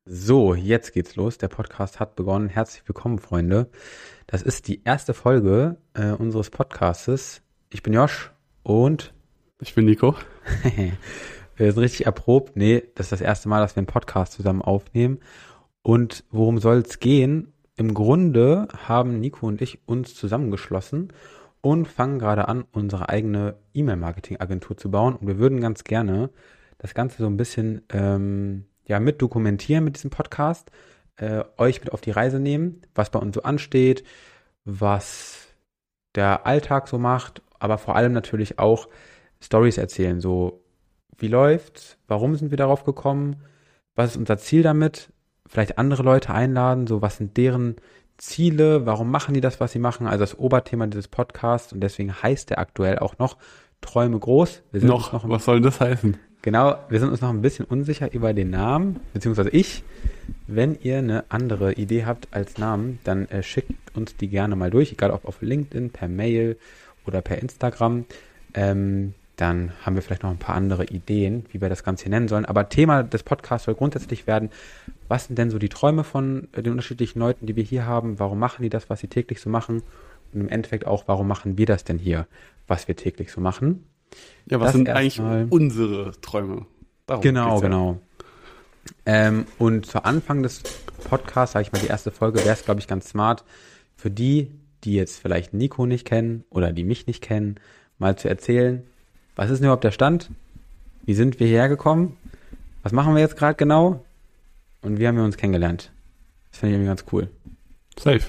So, jetzt geht's los. Der Podcast hat begonnen. Herzlich willkommen, Freunde. Das ist die erste Folge unseres Podcastes. Ich bin Josh und Ich bin Nico. wir sind richtig erprobt. Nee, das ist das erste Mal, dass wir einen Podcast zusammen aufnehmen. Und worum soll es gehen? Im Grunde haben Nico und ich uns zusammengeschlossen und fangen gerade an, unsere eigene E-Mail-Marketing-Agentur zu bauen. Und wir würden ganz gerne das Ganze so ein bisschen mit dokumentieren mit diesem Podcast, euch mit auf die Reise nehmen, was bei uns so ansteht, was der Alltag so macht, aber vor allem natürlich auch Stories erzählen, so wie läuft's, warum sind wir darauf gekommen, was ist unser Ziel damit, vielleicht andere Leute einladen, so was sind deren Ziele, warum machen die das, was sie machen, also das Oberthema dieses Podcasts und deswegen heißt der aktuell auch noch Träume groß. Wir sind uns Was soll das heißen? Genau, wir sind uns noch ein bisschen unsicher über den Namen, beziehungsweise ich. Wenn ihr eine andere Idee habt als Namen, dann schickt uns die gerne mal durch, egal ob auf LinkedIn, per Mail oder per Instagram. Dann haben wir vielleicht noch ein paar andere Ideen, wie wir das Ganze hier nennen sollen. Aber Thema des Podcasts soll grundsätzlich werden, was sind denn so die Träume von den unterschiedlichen Leuten, die wir hier haben? Warum machen die das, was sie täglich so machen? Und im Endeffekt auch, warum machen wir das denn hier, was wir täglich so machen? Ja, was Das sind eigentlich erstmal unsere Träume? Darum Genau, geht's ja. genau. Und zu Anfang des Podcasts, sage ich mal, die erste Folge, wäre es, glaube ich, ganz smart für die, die jetzt vielleicht Nico nicht kennen oder die mich nicht kennen, mal zu erzählen, was ist denn überhaupt der Stand? Wie sind wir hierher gekommen? Was machen wir jetzt gerade genau? Und wie haben wir uns kennengelernt? Das finde ich irgendwie ganz cool. Safe.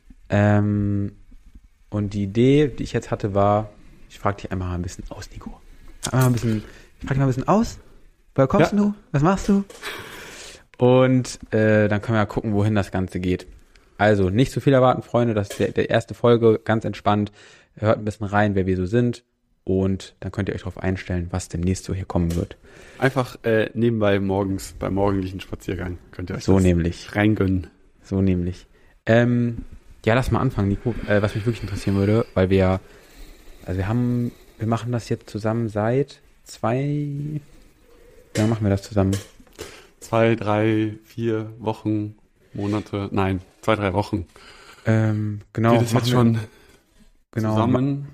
Und die Idee, die ich jetzt hatte, war, ich frage dich einmal ein bisschen aus, Nico. Ich frage dich mal ein bisschen aus. Woher kommst Ja. du? Was machst du? Und dann können wir ja gucken, wohin das Ganze geht. Also nicht zu viel erwarten, Freunde. Das ist der erste Folge, ganz entspannt. Hört ein bisschen rein, wer wir so sind. Und dann könnt ihr euch darauf einstellen, was demnächst so hier kommen wird. Einfach nebenbei morgens beim morgendlichen Spaziergang könnt ihr euch So das nämlich. reingönnen. So nämlich. Lass mal anfangen, Nico. Was mich wirklich interessieren würde, weil wir machen das jetzt zusammen seit wie lange machen wir das zusammen? 2, 3, 4 Wochen, Monate, nein, 2, 3 Wochen. Genau. Geht es jetzt schon zusammen?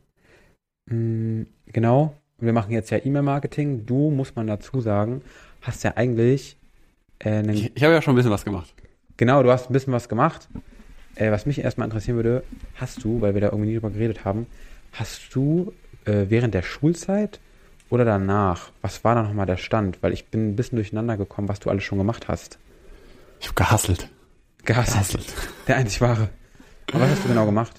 Genau. Wir machen jetzt ja E-Mail-Marketing. Du, muss man dazu sagen, hast ja eigentlich Ich habe ja schon ein bisschen was gemacht. genau, du hast ein bisschen was gemacht. Was mich erstmal interessieren würde, hast du, weil wir da irgendwie nie drüber geredet haben, hast du während der Schulzeit oder danach, was war da nochmal der Stand? Weil ich bin ein bisschen durcheinander gekommen, was du alles schon gemacht hast. Ich habe gehustelt. Gehasselt. Der einzig wahre. Aber was hast du genau gemacht?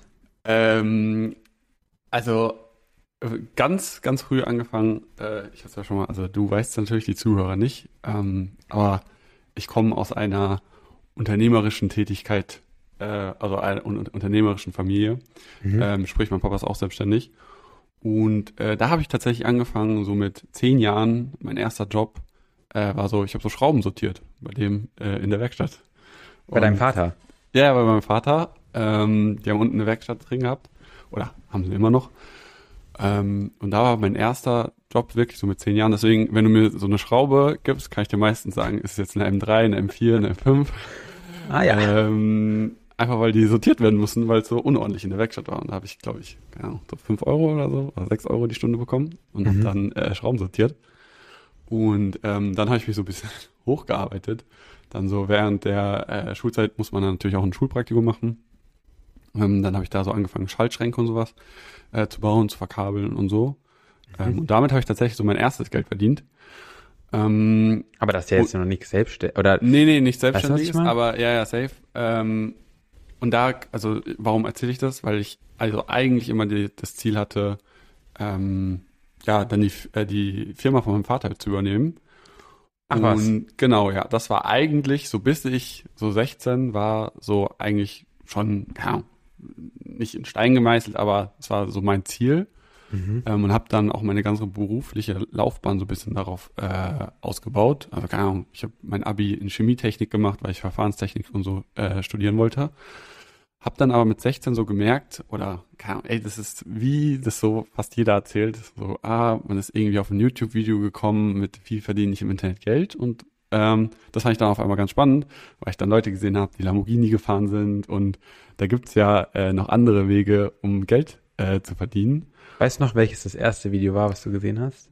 Also ganz, ganz früh angefangen, ich habe ja schon mal, also du weißt natürlich, die Zuhörer nicht, aber ich komme aus einer unternehmerischen Tätigkeit, also einer unternehmerischen Familie, sprich mein Papa ist auch selbstständig und da habe ich tatsächlich angefangen, so mit 10 Jahren, mein erster Job war so, ich habe so Schrauben sortiert bei dem in der Werkstatt. Bei deinem Vater? Ja, bei meinem Vater, die haben unten eine Werkstatt drin gehabt, oder haben sie immer noch. Und da war mein erster Job wirklich so mit 10 Jahren. Deswegen, wenn du mir so eine Schraube gibst, kann ich dir meistens sagen, ist es jetzt eine M3, eine M4, eine M5. Ah ja. Einfach weil die sortiert werden mussten, weil es so unordentlich in der Werkstatt war. Und da habe ich, glaube ich, keine Ahnung, so 5 Euro oder so, oder 6 Euro die Stunde bekommen und habe dann Schrauben sortiert. Und dann habe ich mich so ein bisschen hochgearbeitet. Dann so während der Schulzeit muss man dann natürlich auch ein Schulpraktikum machen. Dann habe ich da so angefangen, Schaltschränke und sowas zu bauen, zu verkabeln und so. Und damit habe ich tatsächlich so mein erstes Geld verdient. Aber das ist ja jetzt noch nicht selbstständig, oder? Nee, nicht Weißt du, was ich selbstständiges, meine? aber ja, safe. Und da, also warum erzähle ich das? Weil ich also eigentlich immer das Ziel hatte, dann die Firma von meinem Vater zu übernehmen. Ach was. Und genau, ja, das war eigentlich, so bis ich so 16 war, so eigentlich schon, ja, nicht in Stein gemeißelt, aber es war so mein Ziel. Und habe dann auch meine ganze berufliche Laufbahn so ein bisschen darauf ausgebaut. Also keine Ahnung, ich habe mein Abi in Chemietechnik gemacht, weil ich Verfahrenstechnik und so studieren wollte. Hab dann aber mit 16 so gemerkt, oder keine Ahnung, das ist wie das so fast jeder erzählt, so, man ist irgendwie auf ein YouTube-Video gekommen mit wie verdiene ich im Internet Geld und Das fand ich dann auf einmal ganz spannend, weil ich dann Leute gesehen habe, die Lamborghini gefahren sind und da gibt's ja noch andere Wege, um Geld zu verdienen. Weißt du noch, welches das erste Video war, was du gesehen hast?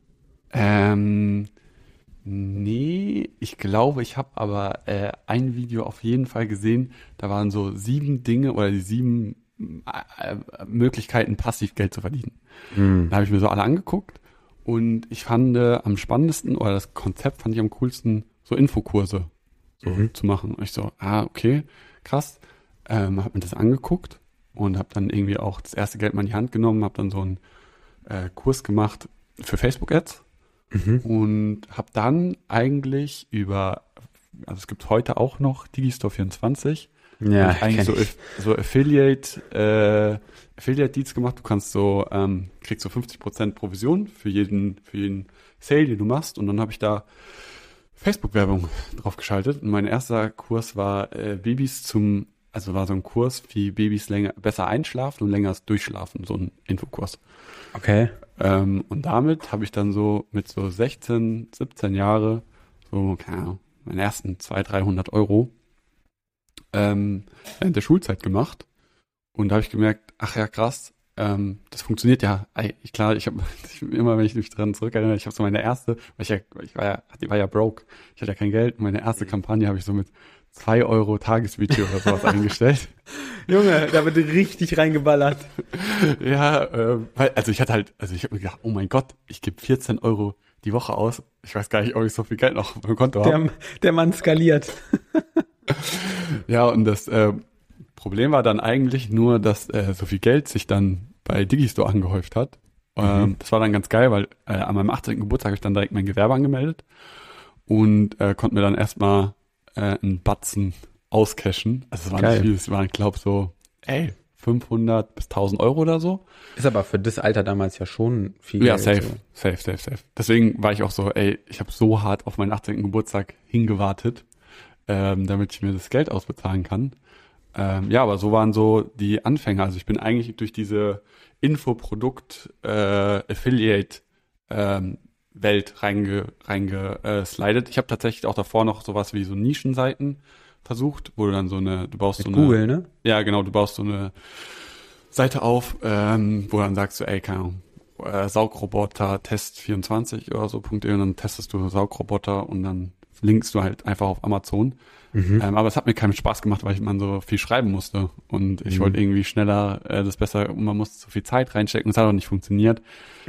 Nee, ich glaube, ich habe aber ein Video auf jeden Fall gesehen, da waren so 7 Dinge oder die 7 Möglichkeiten, passiv Geld zu verdienen. Da habe ich mir so alle angeguckt und ich fand am spannendsten oder das Konzept fand ich am coolsten, so Infokurse so zu machen. Und ich so, okay, krass. Habe mir das angeguckt und habe dann irgendwie auch das erste Geld mal in die Hand genommen, habe dann so einen Kurs gemacht für Facebook-Ads und habe dann eigentlich also es gibt heute auch noch Digistore24, Ja, eigentlich so Affiliate-Deals gemacht. Du kannst kriegst so 50% Provision für jeden Sale, den du machst. Und dann habe ich da Facebook-Werbung drauf geschaltet. Und mein erster Kurs war war so ein Kurs, wie Babys besser einschlafen und länger durchschlafen, so ein Infokurs. Okay. Und damit habe ich dann so mit so 16, 17 Jahre so, keine Ahnung, meine ersten 200-300 Euro während der Schulzeit gemacht. Und da habe ich gemerkt, ach ja, krass, das funktioniert ja. Klar, ich habe immer, wenn ich mich dran zurückerinnere, ich habe so meine erste, die war ja broke, ich hatte ja kein Geld. Meine erste Kampagne habe ich so mit 2 Euro Tagesvideo oder sowas eingestellt. Junge, da wird richtig reingeballert. Ja, ich habe mir gedacht, oh mein Gott, ich gebe 14 Euro die Woche aus. Ich weiß gar nicht, ob ich so viel Geld noch auf meinem Konto habe. Der Mann skaliert. Ja, und das Problem war dann eigentlich nur, dass so viel Geld sich dann bei Digistore angehäuft hat. Das war dann ganz geil, weil an meinem 18. Geburtstag habe ich dann direkt mein Gewerbe angemeldet und konnte mir dann erstmal einen Batzen auscashen. Also es war nicht viel, es waren, ich glaube, so 500 bis 1000 Euro oder so. Ist aber für das Alter damals ja schon viel Ja, Geld. safe. Deswegen war ich auch so, ich habe so hart auf meinen 18. Geburtstag hingewartet, damit ich mir das Geld ausbezahlen kann. Aber so waren so die Anfänge. Also ich bin eigentlich durch diese Infoprodukt-Affiliate Welt reingeslidet. Ich habe tatsächlich auch davor noch sowas wie so Nischenseiten versucht, wo du dann du baust Mit Google, ne? Ja, genau, du baust so eine Seite auf, wo dann sagst du, keine Ahnung, Saugroboter Test 24 oder so .de und dann testest du Saugroboter und dann linkst du halt einfach auf Amazon. Aber es hat mir keinen Spaß gemacht, weil man so viel schreiben musste und ich wollte irgendwie schneller das besser und man musste so viel Zeit reinstecken und es hat auch nicht funktioniert.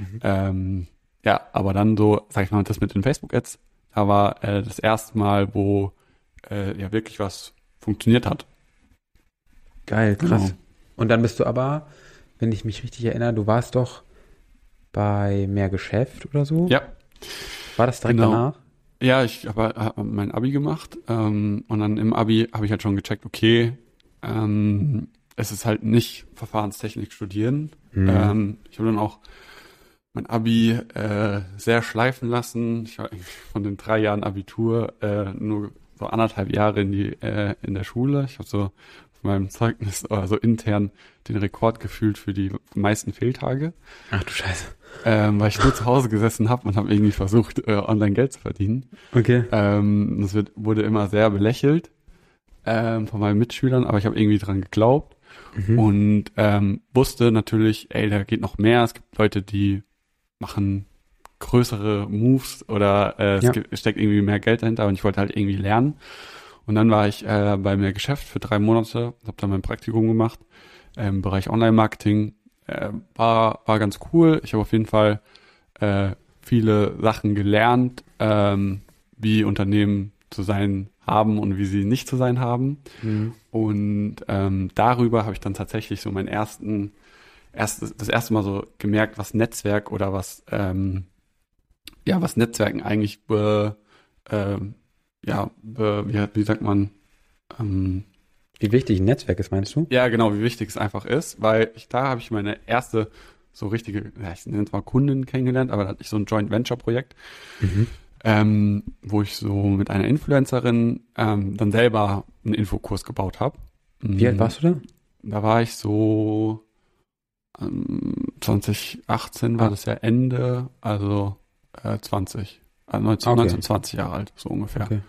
Aber dann so, sag ich mal, das mit den Facebook-Ads, da war das erste Mal, wo wirklich was funktioniert hat. Geil, krass. Genau. Und dann bist du aber, wenn ich mich richtig erinnere, du warst doch bei Mehr Geschäft oder so? Ja. War das direkt danach? Ja, ich habe mein Abi gemacht und dann im Abi habe ich halt schon gecheckt, okay, es ist halt nicht Verfahrenstechnik studieren. Ich habe dann auch mein Abi sehr schleifen lassen. Ich war von den 3 Jahren Abitur nur so 1,5 Jahre in der Schule. Ich habe so auf meinem Zeugnis oder so intern den Rekord gefühlt für die meisten Fehltage. Ach du Scheiße. Weil ich nur zu Hause gesessen habe und habe irgendwie versucht, online Geld zu verdienen. Okay. Das wurde immer sehr belächelt von meinen Mitschülern, aber ich habe irgendwie dran geglaubt und wusste natürlich, da geht noch mehr. Es gibt Leute, die machen größere Moves oder steckt irgendwie mehr Geld dahinter und ich wollte halt irgendwie lernen. Und dann war ich bei Mehr Geschäft für 3 Monate, habe dann mein Praktikum gemacht im Bereich Online-Marketing. War ganz cool. Ich habe auf jeden Fall viele Sachen gelernt, wie Unternehmen zu sein haben und wie sie nicht zu sein haben. Und darüber habe ich dann tatsächlich so das erste Mal so gemerkt, was Netzwerk oder was Netzwerken eigentlich wie sagt man, wie wichtig ein Netzwerk ist, meinst du? Ja, genau, wie wichtig es einfach ist, weil da habe ich meine erste so richtige, ich nenne es mal Kundin kennengelernt, aber da hatte ich so ein Joint Venture Projekt, wo ich so mit einer Influencerin dann selber einen Infokurs gebaut habe. Wie alt warst du da? Da war ich so 2018 war das ja Ende, also 20. 19, 20 Jahre alt, so ungefähr. Okay.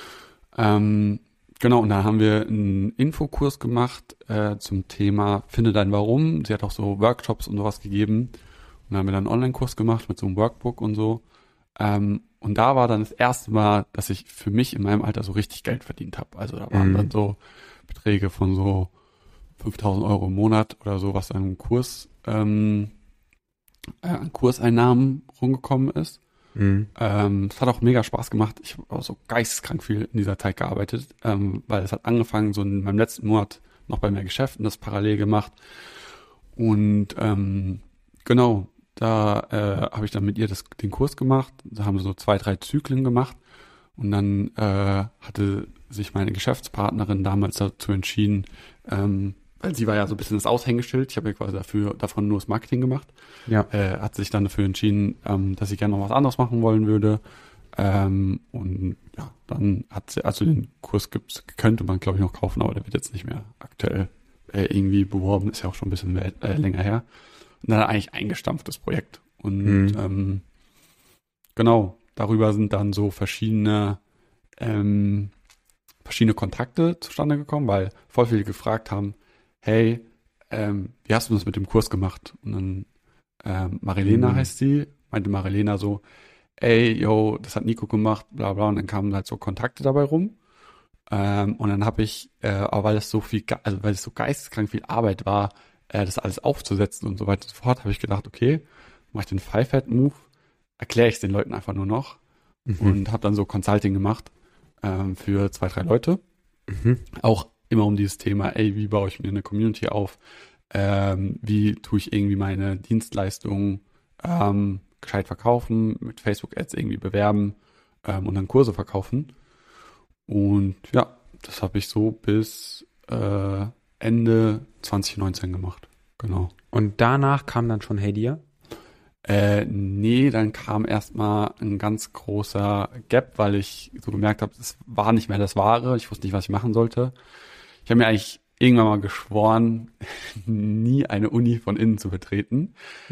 Genau, und da haben wir einen Infokurs gemacht zum Thema Finde dein Warum. Sie hat auch so Workshops und sowas gegeben. Und da haben wir dann einen Online-Kurs gemacht mit so einem Workbook und so. Und da war dann das erste Mal, dass ich für mich in meinem Alter so richtig Geld verdient habe. Also da waren dann so Beträge von so 5.000 Euro im Monat oder so, was an Kurseinnahmen rumgekommen ist. Es hat auch mega Spaß gemacht. Ich habe auch so geisteskrank viel in dieser Zeit gearbeitet, weil es hat angefangen so in meinem letzten Monat noch bei mehr Geschäften, das parallel gemacht. Und genau, da habe ich dann mit ihr den Kurs gemacht. Da haben wir so 2, 3 Zyklen gemacht. Und dann hatte sich meine Geschäftspartnerin damals dazu entschieden, weil sie war ja so ein bisschen das Aushängeschild. Ich habe ja quasi davon nur das Marketing gemacht. Ja. Hat sich dann dafür entschieden, dass ich gerne noch was anderes machen wollen würde. Und ja, dann hat sie, also den Kurs könnte man glaube ich noch kaufen, aber der wird jetzt nicht mehr aktuell irgendwie beworben. Ist ja auch schon ein bisschen länger her. Und dann eigentlich eingestampft das Projekt. Und genau, darüber sind dann so verschiedene Kontakte zustande gekommen, weil voll viele gefragt haben, hey, wie hast du das mit dem Kurs gemacht? Und dann Marilena heißt sie, meinte Marilena so, ey, yo, das hat Nico gemacht, bla bla, und dann kamen halt so Kontakte dabei rum. Und dann habe ich, aber weil es so geisteskrank viel Arbeit war, das alles aufzusetzen und so weiter und so fort, habe ich gedacht, okay, mache ich den Five-Head-Move, erkläre ich es den Leuten einfach nur noch und habe dann so Consulting gemacht für 2, 3 Leute. Auch immer um dieses Thema, ey, wie baue ich mir eine Community auf? Wie tue ich irgendwie meine Dienstleistungen gescheit verkaufen, mit Facebook-Ads irgendwie bewerben und dann Kurse verkaufen. Und ja, das habe ich so bis Ende 2019 gemacht. Genau. Und danach kam dann schon Hey Dir? Nee, dann kam erstmal ein ganz großer Gap, weil ich so gemerkt habe, es war nicht mehr das Wahre. Ich wusste nicht, was ich machen sollte. Ich habe mir eigentlich irgendwann mal geschworen, nie eine Uni von innen zu betreten.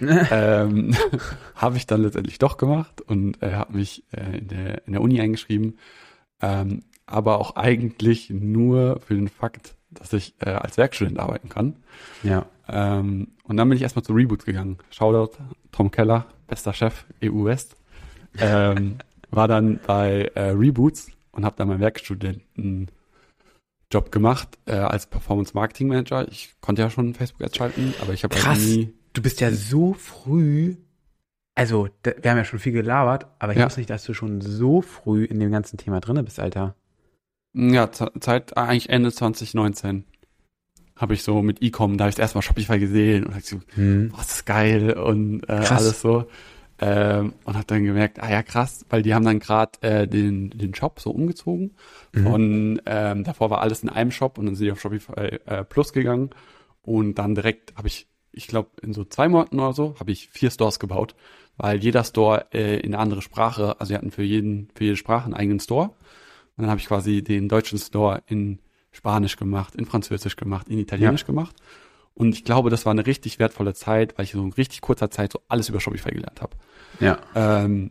Habe ich dann letztendlich doch gemacht und habe mich in der Uni eingeschrieben. Aber auch eigentlich nur für den Fakt, dass ich als Werkstudent arbeiten kann. Ja. Und dann bin ich erstmal zu Reboots gegangen. Shoutout, Tom Keller, bester Chef, EU West. War dann bei Reboots und habe dann meinen Werkstudentenjob gemacht als Performance Marketing Manager. Ich konnte ja schon Facebook-Ads schalten, aber ich habe halt nie... Du bist ja so früh, also wir haben ja schon viel gelabert, aber ich wusste nicht, dass du schon so früh in dem ganzen Thema drinne bist, Alter. Ja, eigentlich Ende 2019 habe ich so mit E-Com, da habe ich erstmal Shopify gesehen und dachte so, boah, ist das geil und alles so. Und habe dann gemerkt, ja krass, weil die haben dann gerade den Shop so umgezogen. Von davor war alles in einem Shop und dann sind die auf Shopify Plus gegangen und dann direkt habe ich glaube in so 2 Monaten oder so, habe ich 4 Stores gebaut, weil jeder Store in eine andere Sprache, also wir hatten für jede Sprache einen eigenen Store. Und dann habe ich quasi den deutschen Store in Spanisch gemacht, in Französisch gemacht, in Italienisch gemacht. Und ich glaube, das war eine richtig wertvolle Zeit, weil ich so in richtig kurzer Zeit so alles über Shopify gelernt habe. Ja. Habe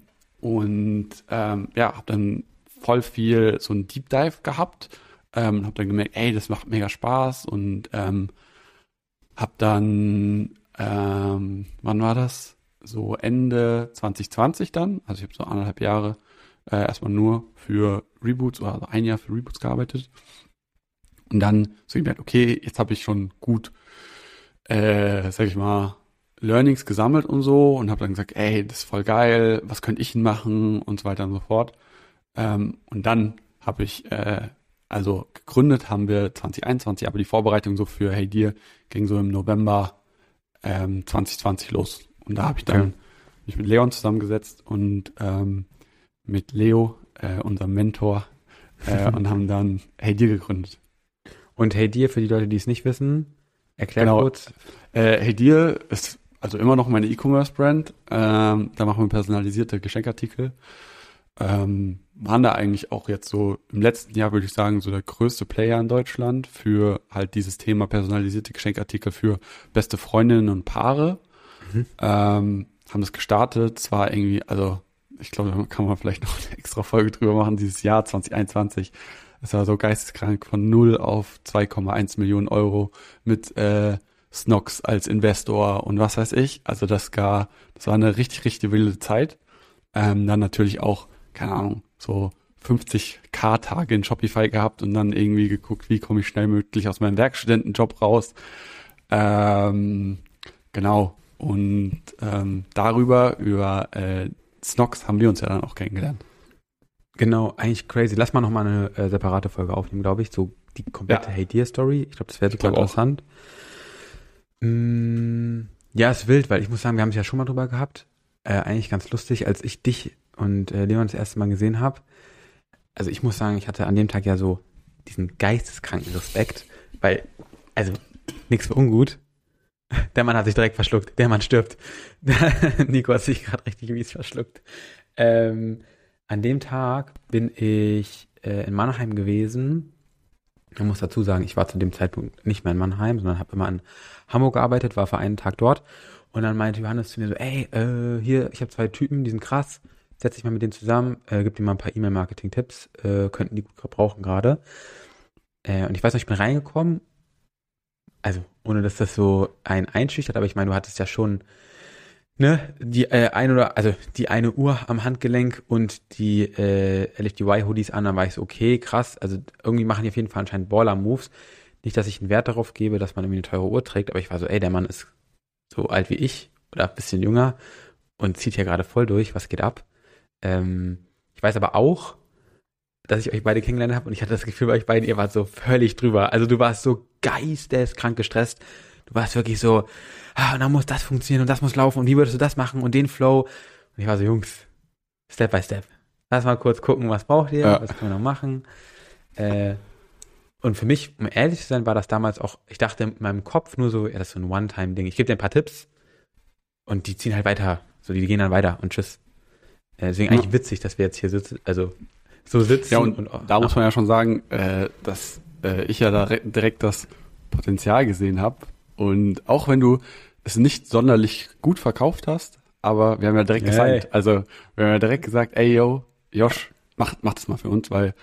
dann voll viel so ein Deep Dive gehabt. Habe dann gemerkt, ey, das macht mega Spaß. Und habe dann, wann war das? So Ende 2020 dann. Also ich habe so 1,5 Jahre erstmal nur für Reboots oder also 1 Jahr für Reboots gearbeitet. Und dann so gemerkt, okay, jetzt habe ich schon gut, sag ich mal, Learnings gesammelt und so und habe dann gesagt, ey, das ist voll geil, was könnte ich denn machen und so weiter und so fort. Und dann habe ich, also gegründet haben wir 2021, aber die Vorbereitung so für Hey Dir ging so im November 2020 los. Und da habe ich dann mich mit Leon zusammengesetzt und mit Leo, unserem Mentor, und haben dann Hey Dir gegründet. Und Hey Dir, für die Leute, die es nicht wissen, erklär kurz. Hey Dir ist also immer noch meine E-Commerce-Brand. Da machen wir personalisierte Geschenkartikel. Waren da eigentlich auch jetzt so im letzten Jahr, würde ich sagen, so der größte Player in Deutschland für halt dieses Thema personalisierte Geschenkartikel für beste Freundinnen und Paare. Haben das gestartet, zwar irgendwie, also ich glaube, da kann man vielleicht noch eine extra Folge drüber machen, dieses Jahr 2021. Es war so geisteskrank von 0 auf 2,1 Millionen Euro mit Snox als Investor und was weiß ich. Also das war eine richtig, richtig wilde Zeit. Dann natürlich auch, keine Ahnung, so 50k-Tage in Shopify gehabt und dann irgendwie geguckt, wie komme ich schnell möglich aus meinem Werkstudentenjob raus. Genau. Und über Snox haben wir uns ja dann auch kennengelernt. Genau, eigentlich crazy. Lass mal nochmal eine separate Folge aufnehmen, glaube ich. So die komplette Hey Dear Story. Ich glaube, das wäre super interessant. Ja, ist wild, weil ich muss sagen, wir haben es ja schon mal drüber gehabt. Eigentlich ganz lustig, als ich dich und Leon das erste Mal gesehen habe. Also ich muss sagen, ich hatte an dem Tag ja so diesen geisteskranken Respekt, weil, also nichts für ungut. Der Mann hat sich direkt verschluckt. Der Mann stirbt. Nico hat sich gerade richtig mies verschluckt. An dem Tag bin ich in Mannheim gewesen. Man muss dazu sagen, ich war zu dem Zeitpunkt nicht mehr in Mannheim, sondern habe immer in Hamburg gearbeitet, war für einen Tag dort. Und dann meinte Johannes zu mir so, ey, hier, ich habe 2 Typen, die sind krass. Setz dich mal mit denen zusammen, gib denen mal ein paar E-Mail-Marketing-Tipps, könnten die gut gebrauchen gerade. Und ich weiß noch, ich bin reingekommen, also ohne dass das so einen einschüchtert, aber ich meine, du hattest ja schon die eine Uhr am Handgelenk und die LFDY-Hoodies an, dann war ich so, okay, krass, also irgendwie machen die auf jeden Fall anscheinend Baller-Moves. Nicht, dass ich einen Wert darauf gebe, dass man irgendwie eine teure Uhr trägt, aber ich war so, ey, der Mann ist so alt wie ich oder ein bisschen jünger und zieht hier gerade voll durch, was geht ab? Ich weiß aber auch, dass ich euch beide kennengelernt habe und ich hatte das Gefühl bei euch beiden, ihr wart so völlig drüber. Also du warst so geisteskrank gestresst. Du warst wirklich so, und dann muss das funktionieren und das muss laufen und wie würdest du das machen und den Flow. Und ich war so, Jungs, Step by Step. Lass mal kurz gucken, was braucht ihr, was können wir noch machen. Und für mich, um ehrlich zu sein, war das damals auch, ich dachte in meinem Kopf nur so, ja, das ist so ein One-Time-Ding. Ich gebe dir ein paar Tipps und die ziehen halt weiter. So, die gehen dann weiter und tschüss. Deswegen eigentlich witzig, dass wir jetzt hier sitzen, also so sitzen. Ja, und da muss man ja schon sagen, dass ich ja da direkt das Potenzial gesehen habe. Und auch wenn du es nicht sonderlich gut verkauft hast, aber wir haben ja direkt gesagt, also wir haben ja direkt gesagt, ey yo, Josh, mach das mal für uns, weil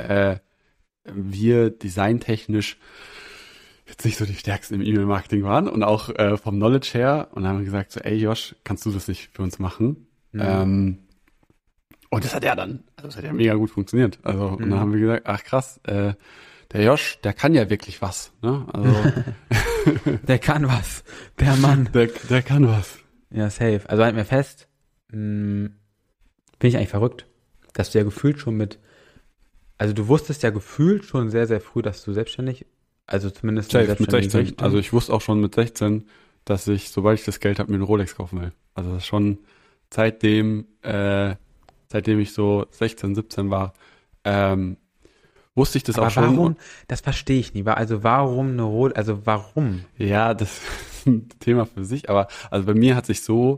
wir designtechnisch jetzt nicht so die stärksten im E-Mail-Marketing waren und auch vom Knowledge her. Und dann haben wir gesagt, so, ey Josh, kannst du das nicht für uns machen? Mhm. Und das hat ja mega gut funktioniert. Also und dann haben wir gesagt, ach krass, der Josh, der kann ja wirklich was. Ne? Also der kann was. Der Mann. Der kann was. Ja, safe. Also halt mir fest, bin ich eigentlich verrückt, dass du ja gefühlt schon also du wusstest ja gefühlt schon sehr, sehr früh, dass du selbstständig, also zumindest safe, mit 16. Also ich wusste auch schon mit 16, dass ich, sobald ich das Geld habe, mir eine Rolex kaufen will. Also das ist schon seitdem ich so 16, 17 war, wusste ich das aber auch schon. Warum? Das verstehe ich nie. Also warum eine Rolex? Also warum? Ja, das ist ein Thema für sich. Aber also bei mir hat sich so,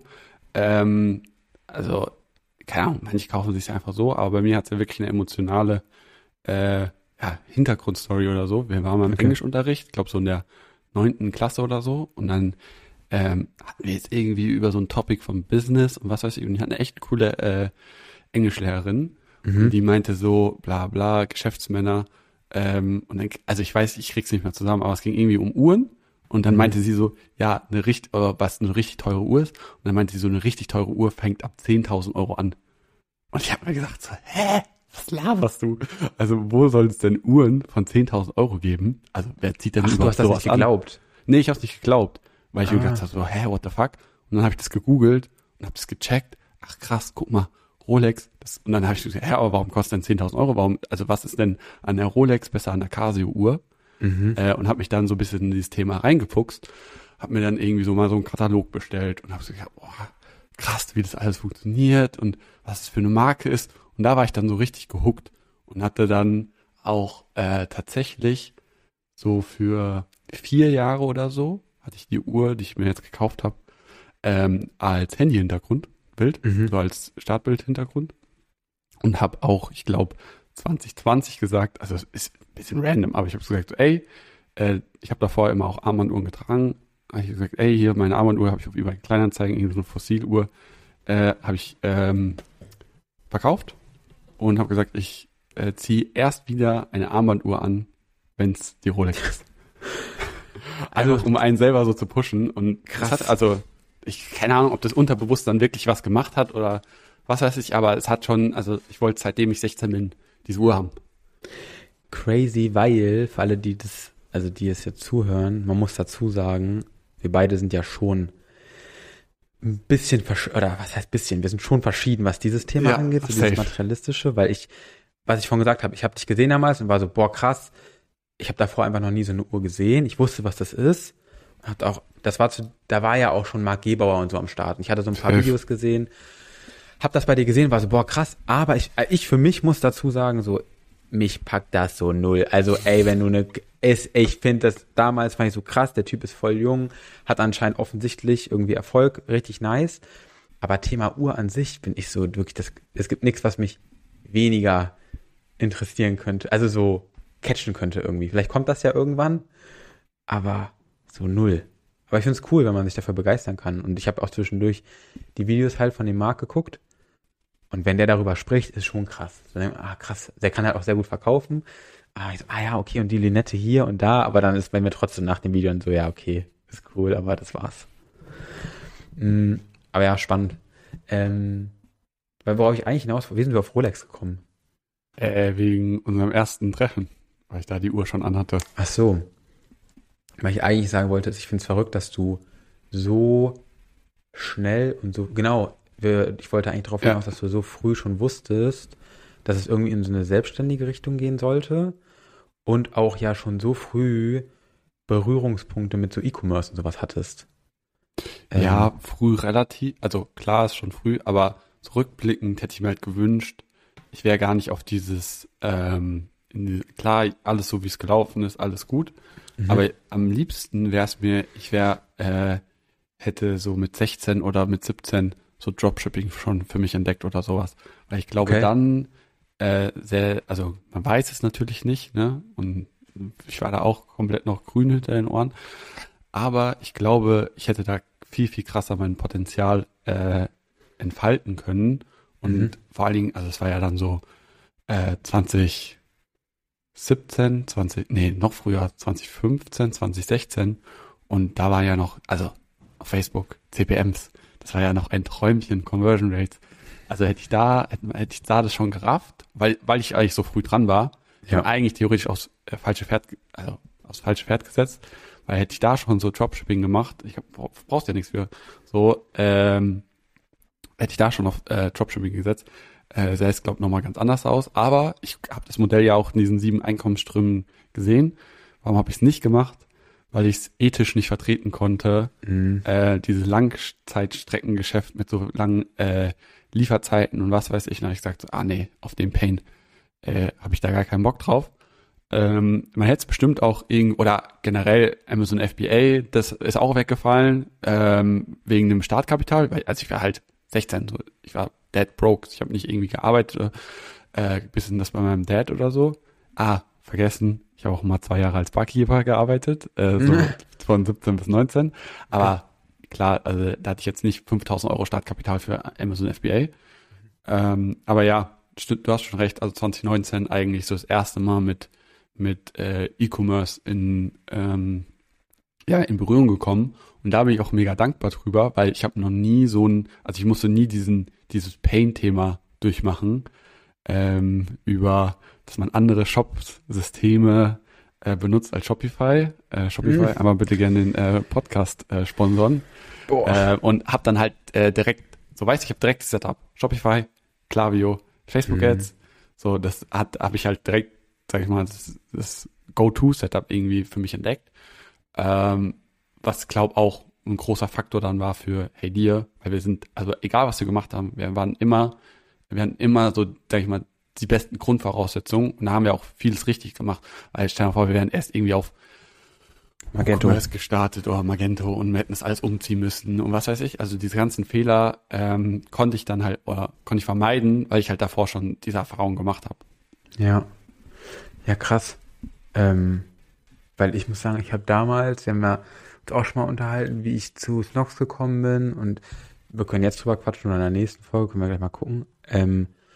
also keine Ahnung, manche kaufen sich einfach so, aber bei mir hat es ja wirklich eine emotionale Hintergrundstory oder so. Wir waren mal im Englischunterricht, ich glaube so in der 9. Klasse oder so. Und dann hatten wir jetzt irgendwie über so ein Topic vom Business und was weiß ich. Und die hatten eine echt coole Englischlehrerin. Und die meinte so, bla bla, Geschäftsmänner. Und dann, also ich weiß, ich krieg's nicht mehr zusammen, aber es ging irgendwie um Uhren. Und dann meinte sie so, ja, was eine richtig teure Uhr ist. Und dann meinte sie so, eine richtig teure Uhr fängt ab 10.000 Euro an. Und ich habe mir gesagt so, hä? Was laberst du? Also wo soll es denn Uhren von 10.000 Euro geben? Also wer zieht denn überhaupt sowas an? Du hast das nicht geglaubt? Nee, ich hab's nicht geglaubt. Weil ich mir gedacht habe, so, what the fuck? Und dann habe ich das gegoogelt und habe das gecheckt. Ach krass, guck mal, Rolex. Und dann habe ich gesagt, aber warum kostet denn 10.000 Euro? Also was ist denn an der Rolex besser an der Casio-Uhr? Und habe mich dann so ein bisschen in dieses Thema reingefuchst. Habe mir dann irgendwie so mal so einen Katalog bestellt und habe so gedacht, krass, wie das alles funktioniert und was es für eine Marke ist. Und da war ich dann so richtig gehuckt und hatte dann auch tatsächlich so für 4 Jahre oder so, hatte ich die Uhr, die ich mir jetzt gekauft habe, als Handy-Hintergrundbild, so als Startbild-Hintergrund. Und habe auch, ich glaube, 2020 gesagt, also es ist ein bisschen random, aber ich habe gesagt, so, ey, ich habe davor immer auch Armbanduhren getragen. Habe ich gesagt, ey, hier meine Armbanduhr habe ich auf eBay Kleinanzeigen, irgendwie so eine Fossiluhr, habe ich verkauft und habe gesagt, ich ziehe erst wieder eine Armbanduhr an, wenn es die Rolex ist. Also um einen selber so zu pushen. Und krass. Keine Ahnung, ob das unterbewusst dann wirklich was gemacht hat oder was weiß ich, aber es hat schon, also ich wollte seitdem ich 16 bin, diese Uhr haben. Crazy, weil für alle, die es jetzt zuhören, man muss dazu sagen, wir beide sind ja schon ein bisschen, oder was heißt bisschen, wir sind schon verschieden, was dieses Thema angeht, so dieses Materialistische, weil was ich vorhin gesagt habe, ich habe dich gesehen damals und war so, boah, krass, ich habe davor einfach noch nie so eine Uhr gesehen, ich wusste, was das ist, da war ja auch schon Marc Gebauer und so am Start und ich hatte so ein paar Videos gesehen, hab das bei dir gesehen, war so, boah, krass, aber ich für mich muss dazu sagen, so, mich packt das so null. Also, ey, wenn ich finde das, damals fand ich so krass, der Typ ist voll jung, hat anscheinend offensichtlich irgendwie Erfolg, richtig nice. Aber Thema Uhr an sich bin ich so wirklich, es gibt nichts, was mich weniger interessieren könnte, also so catchen könnte irgendwie. Vielleicht kommt das ja irgendwann, aber so null. Aber ich finde es cool, wenn man sich dafür begeistern kann. Und ich habe auch zwischendurch die Videos halt von dem Marc geguckt. Und wenn der darüber spricht, ist schon krass. So, krass, der kann halt auch sehr gut verkaufen. Ja, okay, und die Linette hier und da, aber dann ist bei mir trotzdem nach dem Video so, ja, okay, ist cool, aber das war's. Aber ja, spannend. Weil worauf ich eigentlich hinaus war, wie sind wir auf Rolex gekommen? Wegen unserem ersten Treffen, weil ich da die Uhr schon anhatte. Ach so. Weil ich eigentlich sagen wollte, ich finde es verrückt, dass du so schnell und so, genau, ich wollte eigentlich darauf hinaus, dass du so früh schon wusstest, dass es irgendwie in so eine selbstständige Richtung gehen sollte und auch ja schon so früh Berührungspunkte mit so E-Commerce und sowas hattest. Ja, früh relativ, also klar ist schon früh, aber zurückblickend hätte ich mir halt gewünscht, ich wäre gar nicht auf dieses, klar, alles so wie es gelaufen ist, alles gut, aber am liebsten wäre es mir, hätte so mit 16 oder mit 17 so Dropshipping schon für mich entdeckt oder sowas. Weil ich glaube dann also man weiß es natürlich nicht, ne? Und ich war da auch komplett noch grün hinter den Ohren. Aber ich glaube, ich hätte da viel, viel krasser mein Potenzial entfalten können. Und vor allen Dingen, also es war ja dann so 2017, noch früher, 2015, 2016. Und da war ja noch, also auf Facebook, CPMs, das war ja noch ein Träumchen, Conversion Rates. Also hätte ich da das schon gerafft, weil ich eigentlich so früh dran war. Ich habe eigentlich theoretisch aufs falsche Pferd gesetzt, weil hätte ich da schon so Dropshipping gemacht, brauchst ja nichts für, so, hätte ich da schon auf Dropshipping gesetzt, sähe es, glaube ich, nochmal ganz anders aus. Aber ich habe das Modell ja auch in diesen 7 Einkommensströmen gesehen. Warum habe ich es nicht gemacht? Weil ich es ethisch nicht vertreten konnte, dieses Langzeitstreckengeschäft mit so langen Lieferzeiten und was weiß ich. Und dann habe ich gesagt, so, nee, auf den Pain habe ich da gar keinen Bock drauf. Man hätte es bestimmt auch oder generell Amazon FBA, das ist auch weggefallen, wegen dem Startkapital, weil ich war halt 16, so, ich war dead broke, ich habe nicht irgendwie gearbeitet, bisschen das bei meinem Dad oder so. Vergessen, ich habe auch mal 2 Jahre als Barkeeper gearbeitet, so von 17 bis 19, aber klar, also da hatte ich jetzt nicht 5.000 Euro Startkapital für Amazon FBA, aber ja, du hast schon recht, also 2019 eigentlich so das erste Mal mit E-Commerce in Berührung gekommen und da bin ich auch mega dankbar drüber, weil ich habe noch nie ich musste nie dieses Pain-Thema durchmachen, dass man andere Shop-Systeme benutzt als Shopify. Einmal bitte gerne den Podcast sponsoren. Und habe dann halt direkt, so weiß ich habe direkt das Setup. Shopify, Klaviyo, Facebook Ads. So, das habe ich halt direkt, sag ich mal, das Go-To-Setup irgendwie für mich entdeckt. Was glaube auch ein großer Faktor dann war für Hey Dir, weil wir sind, also egal was wir gemacht haben, wir hatten immer so, sag ich mal, die besten Grundvoraussetzungen und da haben wir auch vieles richtig gemacht, weil stell dir mal vor, wir wären erst irgendwie auf Magento gestartet oder Magento und wir hätten das alles umziehen müssen und was weiß ich, also diese ganzen Fehler konnte ich vermeiden, weil ich halt davor schon diese Erfahrung gemacht habe. Ja, krass. Weil ich muss sagen, ich habe damals, wir haben ja uns auch schon mal unterhalten, wie ich zu Snox gekommen bin und wir können jetzt drüber quatschen oder in der nächsten Folge, können wir gleich mal gucken.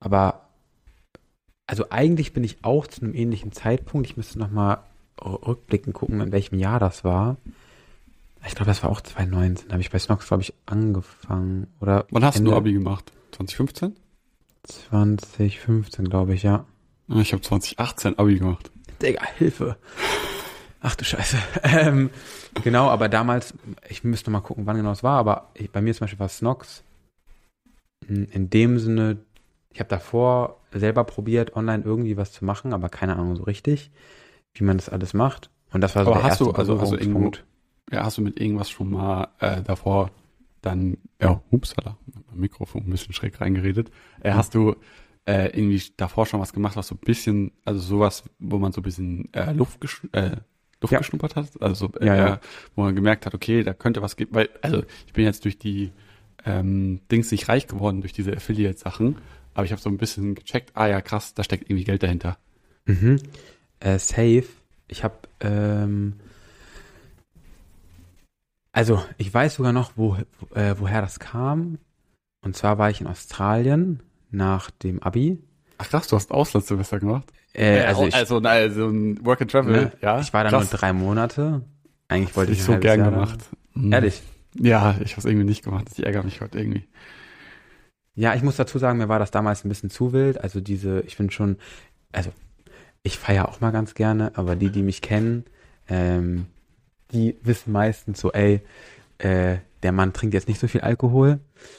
aber also eigentlich bin ich auch zu einem ähnlichen Zeitpunkt. Ich müsste nochmal rückblickend gucken, in welchem Jahr das war. Ich glaube, das war auch 2019. Da habe ich bei Snox, glaube ich, angefangen. Oder Wann hast Ende du Abi gemacht? 2015? 2015, glaube ich, ja. Ich habe 2018 Abi gemacht. Digga, Hilfe. Ach du Scheiße. Genau, aber damals, ich müsste noch mal gucken, wann genau es war, aber bei mir zum Beispiel war Snox in dem Sinne, ich habe davor selber probiert, online irgendwie was zu machen, aber keine Ahnung so richtig, wie man das alles macht. Und das war so Aber der hast erste du, also irgendwo, Berührungspunkt. ja, hast du mit irgendwas schon mal davor dann, ja, hupsala, mein Mikrofon ein bisschen schräg reingeredet. Hast du irgendwie davor schon was gemacht, was so ein bisschen, also sowas, wo man so ein bisschen Luft Ja. geschnuppert hat? Also so, Ja. wo man gemerkt hat, okay, da könnte was geben, weil, also ich bin jetzt durch die Dings nicht reich geworden, durch diese Affiliate-Sachen, aber ich habe so ein bisschen gecheckt, ja krass, da steckt irgendwie Geld dahinter. Mhm. Safe. Ich habe, also ich weiß sogar noch, woher das kam. Und zwar war ich in Australien nach dem Abi. Ach krass, du hast Auslandssemester gemacht? Also also ein Work and Travel, ne, ja. ich war da krass. nur 3 Monate. Eigentlich wollte ich ich ein so halbes gern Jahr da. gemacht. Mhm. Ehrlich. Ja, ich habe es irgendwie nicht gemacht. Ich ärgere mich heute irgendwie. Ja, ich muss dazu sagen, mir war das damals ein bisschen zu wild. Also ich finde schon, also ich feiere auch mal ganz gerne, aber die mich kennen, die wissen meistens so, ey, der Mann trinkt jetzt nicht so viel Alkohol.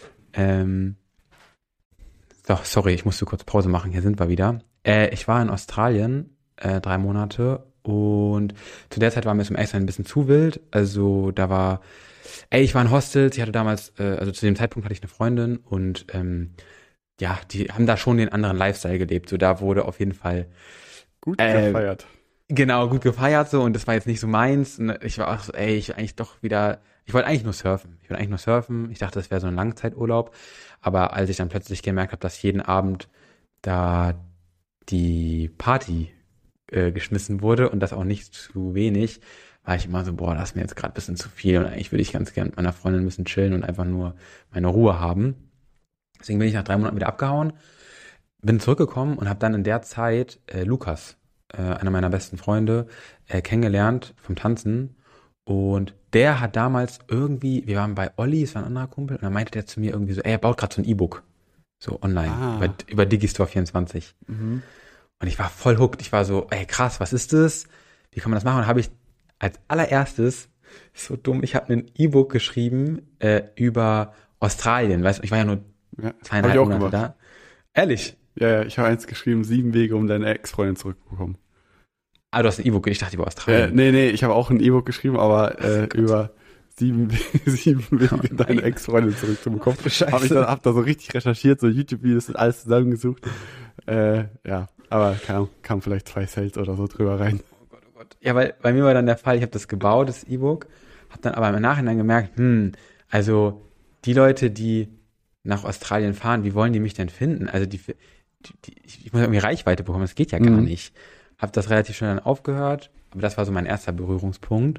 Doch, sorry, ich musste kurz Pause machen, hier sind wir wieder. Ich war in Australien 3 Monate und zu der Zeit war mir zum ersten ein bisschen zu wild. Also ich war in Hostels, ich hatte damals, also zu dem Zeitpunkt hatte ich eine Freundin und ja, die haben da schon den anderen Lifestyle gelebt. So, da wurde auf jeden Fall Gut gefeiert. genau gut gefeiert so und das war jetzt nicht so meins. Und ich war auch so, ich will eigentlich doch wieder, ich wollte eigentlich nur surfen. Ich dachte, das wäre so ein Langzeiturlaub. Aber als ich dann plötzlich gemerkt habe, dass jeden Abend da die Party geschmissen wurde und das auch nicht zu wenig, war ich immer so, boah, das ist mir jetzt gerade ein bisschen zu viel und eigentlich würde ich ganz gern mit meiner Freundin ein bisschen chillen und einfach nur meine Ruhe haben. Deswegen bin ich nach 3 Monaten wieder abgehauen, bin zurückgekommen und habe dann in der Zeit Lukas, einer meiner besten Freunde, kennengelernt vom Tanzen. Und der hat damals irgendwie, wir waren bei Olli, es war ein anderer Kumpel, und dann meinte der zu mir irgendwie so, er baut gerade so ein E-Book, so online, über Digistore24. Mhm. Und ich war voll hooked. Ich war so, krass, was ist das? Wie kann man das machen? Und dann habe ich als allererstes, so dumm, ich habe ein E-Book geschrieben über Australien. Weißt du, ich war ja nur Ja, 2,5 Monate da. Ehrlich? Ja, ich habe eins geschrieben, 7 Wege, um deine Ex-Freundin zurückzubekommen. Ah, du hast ein E-Book, ich dachte über Australien. Nee, ich habe auch ein E-Book geschrieben, aber über 7 Wege, deine Ex-Freundin zurückzubekommen. Hab da so richtig recherchiert, so YouTube-Videos und alles zusammengesucht. Ja, aber keine Ahnung, kam vielleicht 2 Sales oder so drüber rein. Oh Gott. Ja, weil bei mir war dann der Fall, ich habe das gebaut, das E-Book, habe dann aber im Nachhinein gemerkt, also die Leute, die nach Australien fahren, wie wollen die mich denn finden? Also ich muss irgendwie Reichweite bekommen, das geht ja gar nicht. Habe das relativ schnell dann aufgehört, aber das war so mein erster Berührungspunkt.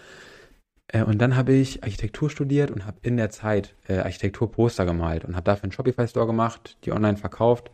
Und dann habe ich Architektur studiert und habe in der Zeit Architekturposter gemalt und habe dafür einen Shopify-Store gemacht, die online verkauft.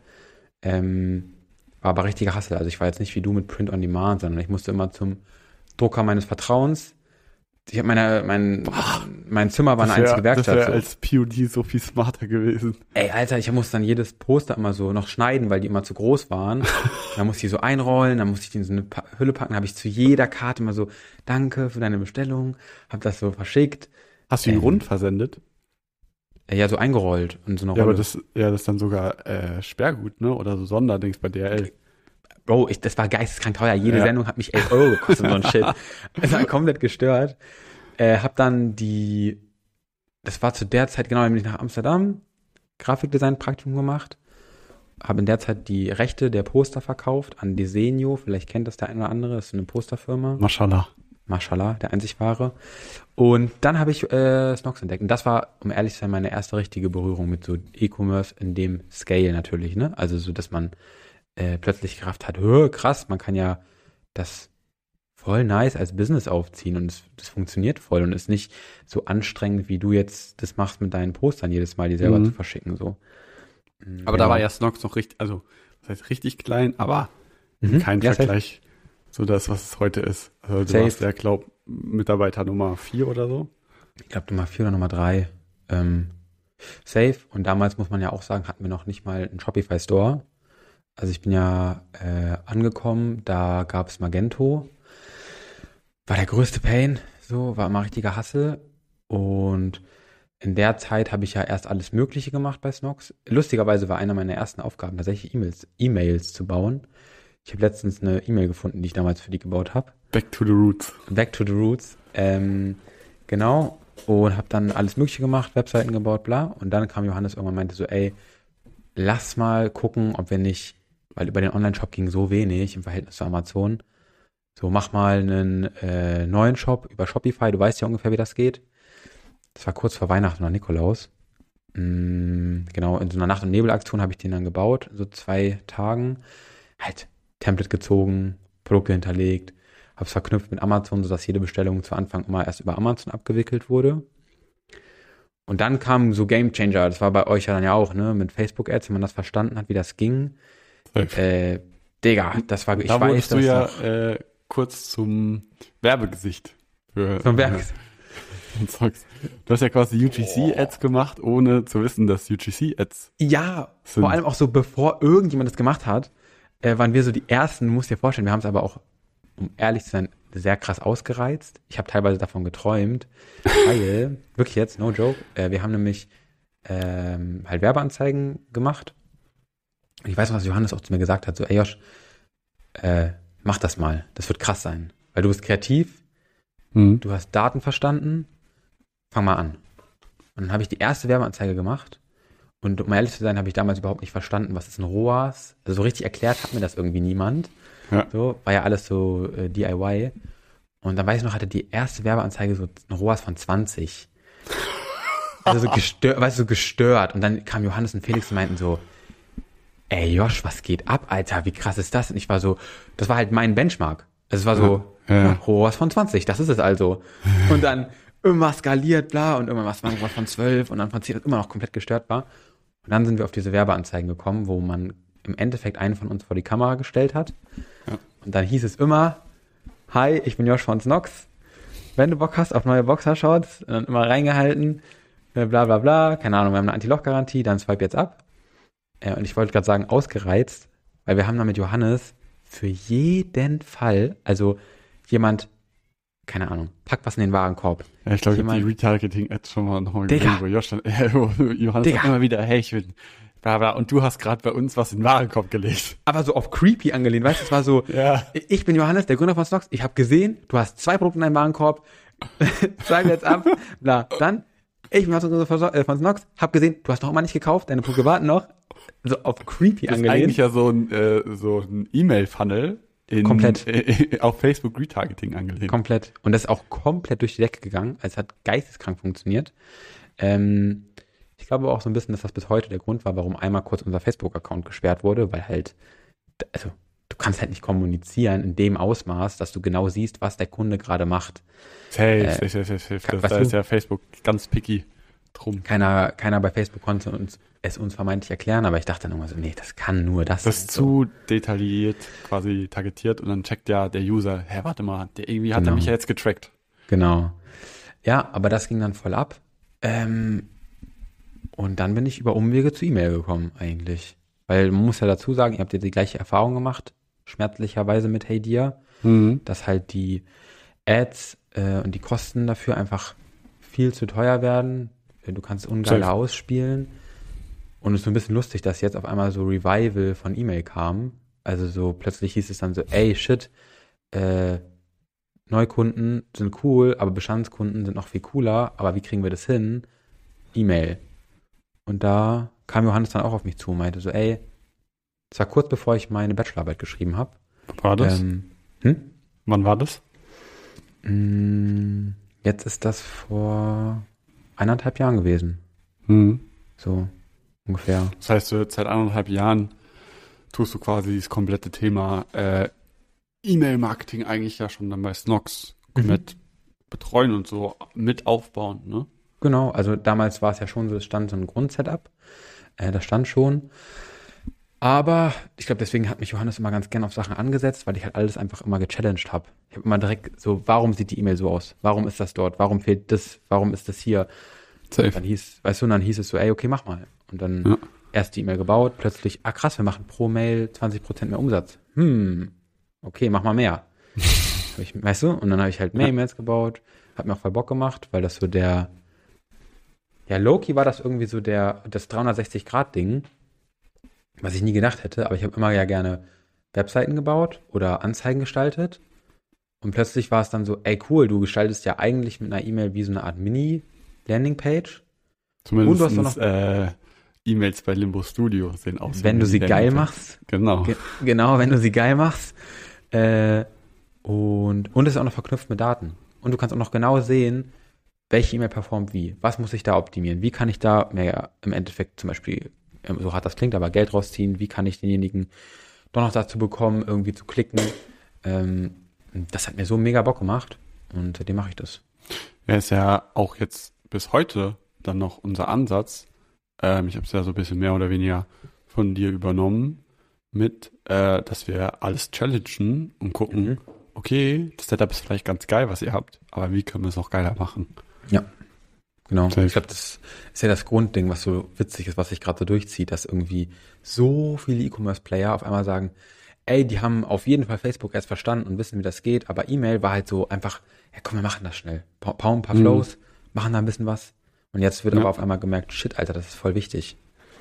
War aber richtiger Hustle. Also ich war jetzt nicht wie du mit Print on Demand, sondern ich musste immer zum Drucker meines Vertrauens. Ich habe mein Zimmer war eine einzige Werkstatt. Das wäre als POD so viel smarter gewesen. Alter, ich musste dann jedes Poster immer so noch schneiden, weil die immer zu groß waren. Dann musste ich die so einrollen, dann musste ich die in so eine Hülle packen. Dann habe ich zu jeder Karte immer so, danke für deine Bestellung, habe das so verschickt. Hast du ihn rund versendet? Ja, so eingerollt und so eine Ja, Rolle. aber das ist dann sogar Sperrgut, ne? Oder so Sonderdings bei DRL. Bro, das war geisteskrank teuer. Jede Sendung hat mich 11 Euro gekostet, so ein Shit. Das war komplett gestört. Hab dann das war zu der Zeit, genau, bin ich nach Amsterdam, Grafikdesign-Praktikum gemacht. Habe in der Zeit die Rechte der Poster verkauft an Desenio. Vielleicht kennt das der eine oder andere. Das ist eine Posterfirma. Mashallah, der einzig wahre. Und dann habe ich Snox entdeckt. Und das war, um ehrlich zu sein, meine erste richtige Berührung mit so E-Commerce in dem Scale natürlich, ne? Also so, dass man plötzlich gerafft hat, krass, man kann ja das voll nice als Business aufziehen und das funktioniert voll und ist nicht so anstrengend, wie du jetzt das machst mit deinen Postern jedes Mal, die selber zu verschicken, so. Aber da war ja Snox noch richtig, also das heißt richtig klein, aber kein Vergleich zu das, was es heute ist. Also du warst ja, glaub, Mitarbeiter Nummer 4 oder so. Ich glaube Nummer 4 oder Nummer 3. Safe. Und damals muss man ja auch sagen, hatten wir noch nicht mal einen Shopify-Store. Also ich bin ja angekommen, da gab es Magento. War der größte Pain, so, war immer richtiger Hassel. Und in der Zeit habe ich ja erst alles Mögliche gemacht bei Snox. Lustigerweise war einer meiner ersten Aufgaben tatsächlich E-Mails zu bauen. Ich habe letztens eine E-Mail gefunden, die ich damals für die gebaut habe. Back to the Roots. Back to the Roots. Genau. Und habe dann alles Mögliche gemacht, Webseiten gebaut, bla. Und dann kam Johannes irgendwann und meinte so, ey, lass mal gucken, ob wir nicht, weil über den Online-Shop ging so wenig im Verhältnis zu Amazon. So, mach mal einen neuen Shop über Shopify. Du weißt ja ungefähr, wie das geht. Das war kurz vor Weihnachten oder Nikolaus. Genau, in so einer Nacht- und Nebelaktion habe ich den dann gebaut, so 2 Tagen. Halt Template gezogen, Produkte hinterlegt, habe es verknüpft mit Amazon, sodass jede Bestellung zu Anfang immer erst über Amazon abgewickelt wurde. Und dann kam so Game Changer, das war bei euch ja dann ja auch, ne, mit Facebook-Ads, wenn man das verstanden hat, wie das ging. Digga, das war, ich da weiß, du ja kurz zum Werbegesicht. Zum Werbegesicht. Du hast ja quasi UGC-Ads gemacht, ohne zu wissen, dass UGC-Ads ja, sind. Vor allem auch so, bevor irgendjemand das gemacht hat, waren wir so die Ersten, du musst dir vorstellen, wir haben es aber auch, um ehrlich zu sein, sehr krass ausgereizt. Ich habe teilweise davon geträumt, weil, wirklich jetzt, no joke, wir haben nämlich halt Werbeanzeigen gemacht. Und ich weiß noch, was Johannes auch zu mir gesagt hat, so, ey Josh, mach das mal, das wird krass sein, weil du bist kreativ, du hast Daten verstanden, fang mal an. Und dann habe ich die erste Werbeanzeige gemacht und um ehrlich zu sein, habe ich damals überhaupt nicht verstanden, was ist ein ROAS. Also so richtig erklärt hat mir das irgendwie niemand. Ja. So, war ja alles so DIY. Und dann weiß ich noch, hatte die erste Werbeanzeige so ein ROAS von 20. Also so gestört, weißt du, so gestört. Und dann kam Johannes und Felix und meinten so, ey Josh, was geht ab, Alter, wie krass ist das? Und ich war so, das war halt mein Benchmark. Also es war so, ROAS von 20, das ist es also. Und dann immer skaliert, bla, und irgendwann was von 12 und dann von 10, das immer noch komplett gestört war. Und dann sind wir auf diese Werbeanzeigen gekommen, wo man im Endeffekt einen von uns vor die Kamera gestellt hat. Ja. Und dann hieß es immer, hi, ich bin Josh von Snox. Wenn du Bock hast auf neue Boxershorts, dann immer reingehalten, bla bla bla, keine Ahnung, wir haben eine Anti-Loch-Garantie, dann swipe jetzt ab. Und ich wollte gerade sagen, ausgereizt, weil wir haben da mit Johannes für jeden Fall, also jemand, keine Ahnung, packt was in den Warenkorb. Ja, ich glaube, ich habe die Retargeting-Ads schon mal nochmal gesehen, wo Johannes sagt immer wieder, hey, ich bin bla bla, und du hast gerade bei uns was in den Warenkorb gelegt. Aber so auf creepy angelehnt, weißt du, es war so, ja. Ich bin Johannes, der Gründer von Snox, ich habe gesehen, du hast 2 Produkte in deinem Warenkorb, sag jetzt ab, bla, dann, ich bin von Snox, hab gesehen, du hast noch immer nicht gekauft, deine Produkte warten noch, so auf creepy das angelehnt. Das ist eigentlich ja so ein E-Mail-Funnel, komplett auf Facebook Retargeting angelehnt. Komplett. Und das ist auch komplett durch die Decke gegangen. Also es hat geisteskrank funktioniert. Ich glaube auch so ein bisschen, dass das bis heute der Grund war, warum einmal kurz unser Facebook-Account gesperrt wurde, weil halt, also du kannst halt nicht kommunizieren in dem Ausmaß, dass du genau siehst, was der Kunde gerade macht. Safe. Da ist ja Facebook ganz picky drum. Keiner bei Facebook konnte es uns vermeintlich erklären, aber ich dachte dann immer so, nee, das kann nur das sein. Das ist zu detailliert quasi targetiert und dann checkt ja der User, hä, warte mal, der irgendwie hat er mich ja jetzt getrackt. Genau. Ja, aber das ging dann voll ab. Und dann bin ich über Umwege zu E-Mail gekommen eigentlich. Weil man muss ja dazu sagen, ihr habt ja die gleiche Erfahrung gemacht, schmerzlicherweise mit HeyDear, dass halt die Ads und die Kosten dafür einfach viel zu teuer werden. Du kannst ungeil ausspielen. Und es ist so ein bisschen lustig, dass jetzt auf einmal so Revival von E-Mail kam. Also so plötzlich hieß es dann so, ey, shit, Neukunden sind cool, aber Bestandskunden sind noch viel cooler. Aber wie kriegen wir das hin? E-Mail. Und da kam Johannes dann auch auf mich zu und meinte so, ey, das war kurz bevor ich meine Bachelorarbeit geschrieben habe. War das? Wann war das? Jetzt ist das vor 1,5 Jahren gewesen. So ungefähr. Das heißt, seit 1,5 Jahren tust du quasi das komplette Thema E-Mail-Marketing eigentlich ja schon dann bei Snox mit betreuen und so mit aufbauen, ne? Genau, also damals war es ja schon so, es stand so ein Grundsetup. Das stand schon. Aber ich glaube, deswegen hat mich Johannes immer ganz gern auf Sachen angesetzt, weil ich halt alles einfach immer gechallenged habe. Ich habe immer direkt so, warum sieht die E-Mail so aus? Warum ist das dort? Warum fehlt das? Warum ist das hier? Safe. Dann hieß es so, ey, okay, mach mal. Und dann erst die E-Mail gebaut, plötzlich, krass, wir machen pro Mail 20% mehr Umsatz. Okay, mach mal mehr. Weißt du? Und dann habe ich halt mehr E-Mails gebaut, hat mir auch voll Bock gemacht, weil das so Low-Key war das irgendwie so das 360-Grad-Ding, was ich nie gedacht hätte, aber ich habe immer ja gerne Webseiten gebaut oder Anzeigen gestaltet. Und plötzlich war es dann so, ey cool, du gestaltest ja eigentlich mit einer E-Mail wie so eine Art Mini-Landing-Page. Zumindest Und du hast noch E-Mails bei Limbo Studio sehen aus. Wenn du sie geil machst. Genau. Genau, wenn du sie geil machst. Und es ist auch noch verknüpft mit Daten. Und du kannst auch noch genau sehen, welche E-Mail performt wie. Was muss ich da optimieren? Wie kann ich da mehr im Endeffekt zum Beispiel, so hart das klingt, aber Geld rausziehen? Wie kann ich denjenigen doch noch dazu bekommen, irgendwie zu klicken? Das hat mir so mega Bock gemacht und seitdem mache ich das. Ja, ist ja auch jetzt bis heute dann noch unser Ansatz. Ich habe es ja so ein bisschen mehr oder weniger von dir übernommen dass wir alles challengen und gucken, okay, das Setup ist vielleicht ganz geil, was ihr habt, aber wie können wir es auch geiler machen? Ja, genau. Safe. Ich glaube, das ist ja das Grundding, was so witzig ist, was sich gerade so durchzieht, dass irgendwie so viele E-Commerce-Player auf einmal sagen, ey, die haben auf jeden Fall Facebook erst verstanden und wissen, wie das geht, aber E-Mail war halt so einfach, ja komm, wir machen das schnell. Bauen ein paar Flows, machen da ein bisschen was. Und jetzt wird aber auf einmal gemerkt, shit, Alter, das ist voll wichtig.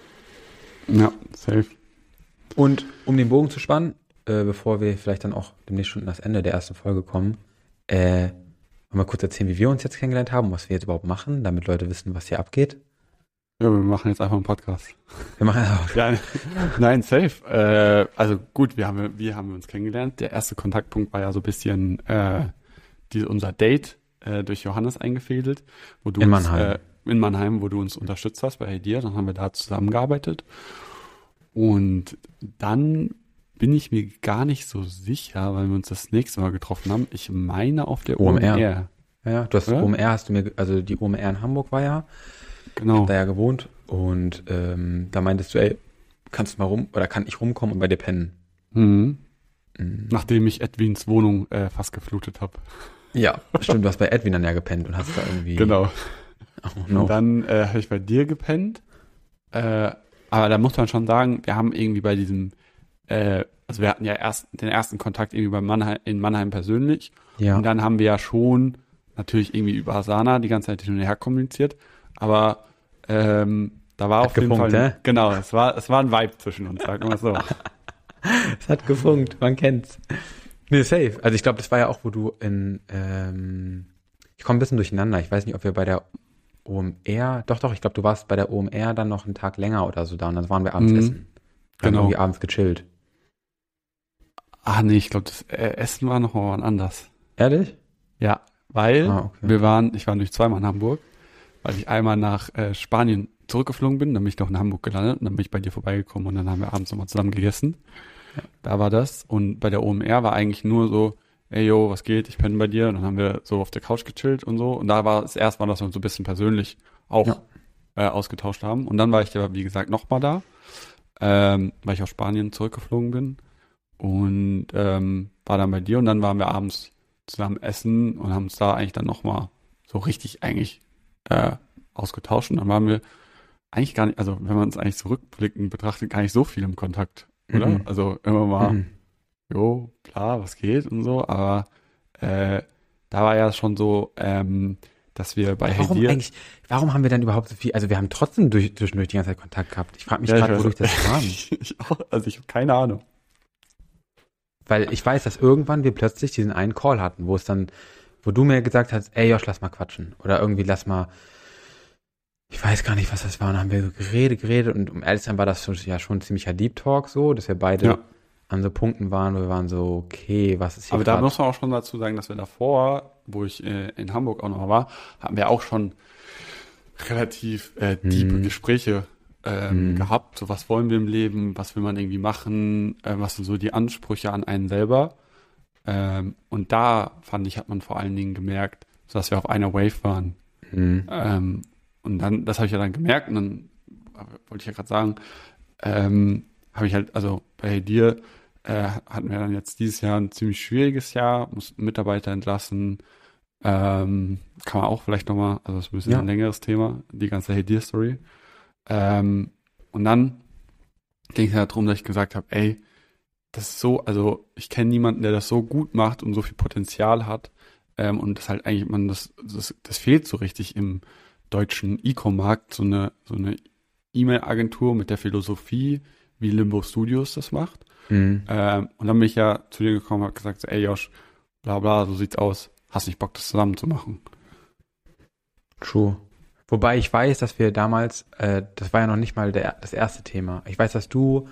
Ja, safe. Und um den Bogen zu spannen, bevor wir vielleicht dann auch demnächst schon an das Ende der ersten Folge kommen, wollen wir kurz erzählen, wie wir uns jetzt kennengelernt haben, was wir jetzt überhaupt machen, damit Leute wissen, was hier abgeht. Ja, wir machen jetzt einfach einen Podcast. Wir machen auch. Ja, nein, safe. Also gut, wie haben wir uns kennengelernt? Der erste Kontaktpunkt war ja so ein bisschen unser Date durch Johannes eingefädelt, wo du in Mannheim. In Mannheim, wo du uns unterstützt hast bei dir. Dann haben wir da zusammengearbeitet. Und dann bin ich mir gar nicht so sicher, weil wir uns das nächste Mal getroffen haben. Ich meine auf der OMR. Ja, du hast OMR, also die OMR in Hamburg war ja. Genau. Ich hab da ja gewohnt und da meintest du, ey, kannst du mal kann ich rumkommen und bei dir pennen? Nachdem ich Edwins Wohnung fast geflutet habe. Ja, stimmt, du hast bei Edwin dann ja gepennt und hast da irgendwie... Genau. Oh, no. Und dann habe ich bei dir gepennt. Aber da muss man schon sagen, wir haben irgendwie bei diesem, also wir hatten ja den ersten Kontakt irgendwie in Mannheim persönlich. Ja. Und dann haben wir ja schon natürlich irgendwie über Asana die ganze Zeit hin und her kommuniziert. Aber da war auf jeden Fall, genau, es war ein Vibe zwischen uns, sagen wir mal so. Es hat gefunkt, man kennt's. Nee, safe. Also ich glaube, das war ja auch, wo du ich komme ein bisschen durcheinander. Ich weiß nicht, ob wir bei der OMR, doch, ich glaube, du warst bei der OMR dann noch einen Tag länger oder so da und dann waren wir abends essen. Wir haben irgendwie abends gechillt. Ah, nee, ich glaube, das Essen war noch mal anders. Ehrlich? Ja, weil okay. ich war nämlich zweimal in Hamburg, weil ich einmal nach Spanien zurückgeflogen bin, dann bin ich noch in Hamburg gelandet und dann bin ich bei dir vorbeigekommen und dann haben wir abends nochmal zusammen gegessen. Ja. Da war das und bei der OMR war eigentlich nur so, ey, yo, was geht, ich penne bei dir und dann haben wir so auf der Couch gechillt und so und da war es erstmal, dass wir uns so ein bisschen persönlich auch ausgetauscht haben und dann war ich ja, wie gesagt, nochmal da, weil ich aus Spanien zurückgeflogen bin und war dann bei dir und dann waren wir abends zusammen essen und haben uns da eigentlich dann nochmal so richtig eigentlich ausgetauscht und dann waren wir eigentlich gar nicht, also wenn man es eigentlich zurückblickend betrachtet, gar nicht so viel im Kontakt, oder? Also immer mal, jo, klar, was geht und so, aber da war ja schon so, dass wir bei warum haben wir dann überhaupt so viel, also wir haben trotzdem zwischendurch die ganze Zeit Kontakt gehabt. Ich frage mich gerade, wodurch das kam. Ich habe keine Ahnung. Weil ich weiß, dass irgendwann wir plötzlich diesen einen Call hatten, wo du mir gesagt hast, ey Josh, lass mal quatschen. Oder irgendwie lass mal, ich weiß gar nicht, was das war. Und dann haben wir geredet und um ehrlich zu sein war das schon ein ziemlicher Deep Talk so, dass wir beide an so Punkten waren, wo wir waren so, okay, was ist hier aber da muss man auch schon dazu sagen, dass wir davor, wo ich in Hamburg auch noch war, hatten wir auch schon relativ tiefe Gespräche gehabt. So, was wollen wir im Leben, was will man irgendwie machen, was sind so die Ansprüche an einen selber. Und da, fand ich, hat man vor allen Dingen gemerkt, dass wir auf einer Wave waren. Und dann, das habe ich ja dann gemerkt und dann wollte ich ja gerade sagen, habe ich halt, also bei dir hatten wir dann jetzt dieses Jahr ein ziemlich schwieriges Jahr, mussten Mitarbeiter entlassen, kann man auch vielleicht nochmal, also das ist ein bisschen ein längeres Thema, die ganze Hey Dear Story. Und dann ging es ja darum, dass ich gesagt habe, ey, das ist so, also ich kenne niemanden, der das so gut macht und so viel Potenzial hat. Und das halt eigentlich, das fehlt so richtig im deutschen E-Com-Markt, so eine E-Mail-Agentur mit der Philosophie, wie Limbo Studios das macht. Und dann bin ich ja zu dir gekommen und habe gesagt, so, ey Josh, bla bla, so sieht's aus. Hast nicht Bock, das zusammen zu machen? True. Wobei ich weiß, dass wir damals, das war ja noch nicht mal das erste Thema. Ich weiß, dass du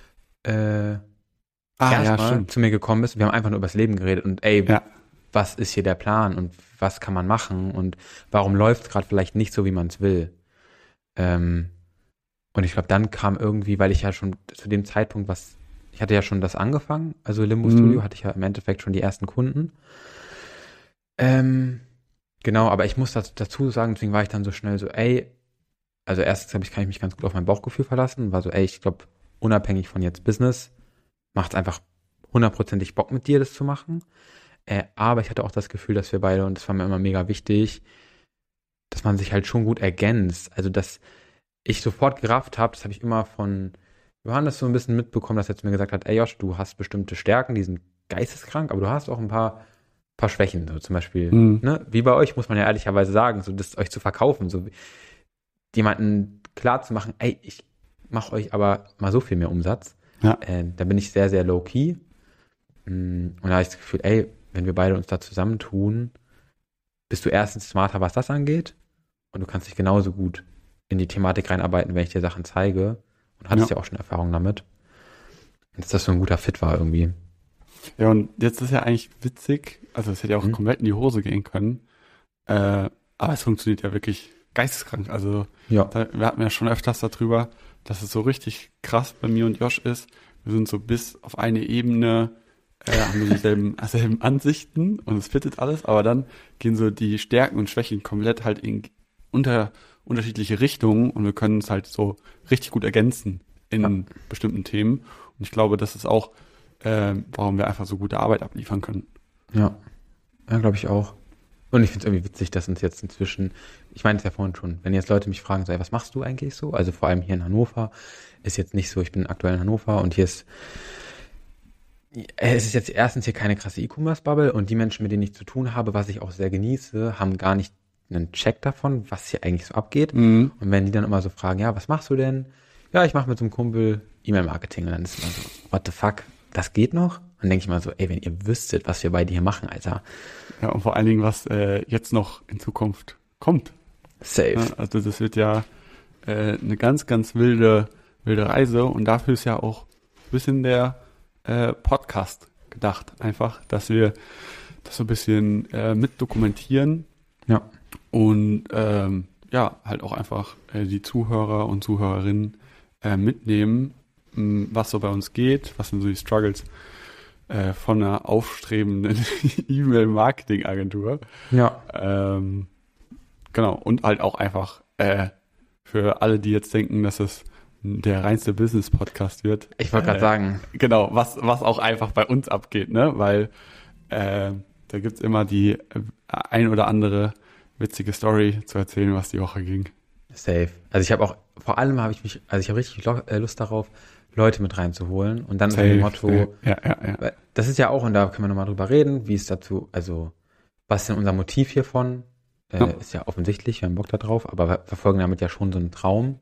erstmal zu mir gekommen bist. Wir haben einfach nur über das Leben geredet und was ist hier der Plan und was kann man machen und warum läuft es gerade vielleicht nicht so, wie man es will. Und ich glaube, dann kam irgendwie, weil ich ja schon zu dem Zeitpunkt ich hatte ja schon das angefangen, also Limbo Studio hatte ich ja im Endeffekt schon die ersten Kunden. Genau, aber ich muss dazu sagen, deswegen war ich dann so schnell so, also erstens kann ich mich ganz gut auf mein Bauchgefühl verlassen, war so, ich glaube, unabhängig von jetzt Business, macht es einfach 100%ig Bock mit dir, das zu machen. Aber ich hatte auch das Gefühl, dass wir beide, und das war mir immer mega wichtig, dass man sich halt schon gut ergänzt. Also, dass ich sofort gerafft habe, das habe ich immer von Johannes so ein bisschen mitbekommen, dass er zu mir gesagt hat, ey Josh, du hast bestimmte Stärken, die sind geisteskrank, aber du hast auch ein paar Schwächen, so zum Beispiel, ne? Wie bei euch, muss man ja ehrlicherweise sagen, so das euch zu verkaufen, so jemanden klar zu machen, ich mache euch aber mal so viel mehr Umsatz. Ja. Da bin ich sehr, sehr low-key. Und da habe ich das Gefühl, wenn wir beide uns da zusammentun, bist du erstens smarter, was das angeht, und du kannst dich genauso gut in die Thematik reinarbeiten, wenn ich dir Sachen zeige, und hattest ja auch schon Erfahrung damit. Und dass das so ein guter Fit war irgendwie. Ja, und jetzt ist ja eigentlich witzig, also es hätte ja auch komplett in die Hose gehen können, aber es funktioniert ja wirklich geisteskrank. Also wir hatten ja schon öfters darüber, dass es so richtig krass bei mir und Josh ist. Wir sind so bis auf eine Ebene, haben wir dieselben Ansichten und es fittet alles, aber dann gehen so die Stärken und Schwächen komplett halt in unterschiedliche Richtungen und wir können es halt so richtig gut ergänzen in bestimmten Themen. Und ich glaube, das ist auch, warum wir einfach so gute Arbeit abliefern können. Ja, glaube ich auch. Und ich finde es irgendwie witzig, dass uns jetzt inzwischen, ich meine es ja vorhin schon, wenn jetzt Leute mich fragen, so, was machst du eigentlich so? Also vor allem hier in Hannover ist jetzt nicht so, ich bin aktuell in Hannover und es ist jetzt erstens hier keine krasse E-Commerce-Bubble und die Menschen, mit denen ich zu tun habe, was ich auch sehr genieße, haben gar nicht einen Check davon, was hier eigentlich so abgeht. Und wenn die dann immer so fragen, ja, was machst du denn? Ja, ich mache mit so einem Kumpel E-Mail-Marketing und dann ist immer so, what the fuck, das geht noch? Dann denke ich mal so, wenn ihr wüsstet, was wir beide hier machen, Alter. Ja, und vor allen Dingen, was jetzt noch in Zukunft kommt. Safe. Ja, also das wird ja eine ganz, ganz wilde Reise und dafür ist ja auch ein bisschen der Podcast gedacht. Einfach, dass wir das so ein bisschen mit dokumentieren. Ja. Und halt auch einfach die Zuhörer und Zuhörerinnen mitnehmen, was so bei uns geht, was sind so die Struggles von einer aufstrebenden E-Mail-Marketing-Agentur. Ja. Genau, und halt auch einfach für alle, die jetzt denken, dass es der reinste Business-Podcast wird. Ich wollte gerade sagen. Genau, was auch einfach bei uns abgeht, ne? Weil da gibt's immer die ein oder andere witzige Story zu erzählen, was die Woche ging. Safe. Also ich habe auch, vor allem habe ich richtig Lust darauf, Leute mit reinzuholen und dann unter dem Motto, das ist ja auch, und da können wir nochmal drüber reden, wie es dazu, also was ist denn unser Motiv hiervon? Ist ja offensichtlich, wir haben Bock da drauf, aber wir verfolgen damit ja schon so einen Traum,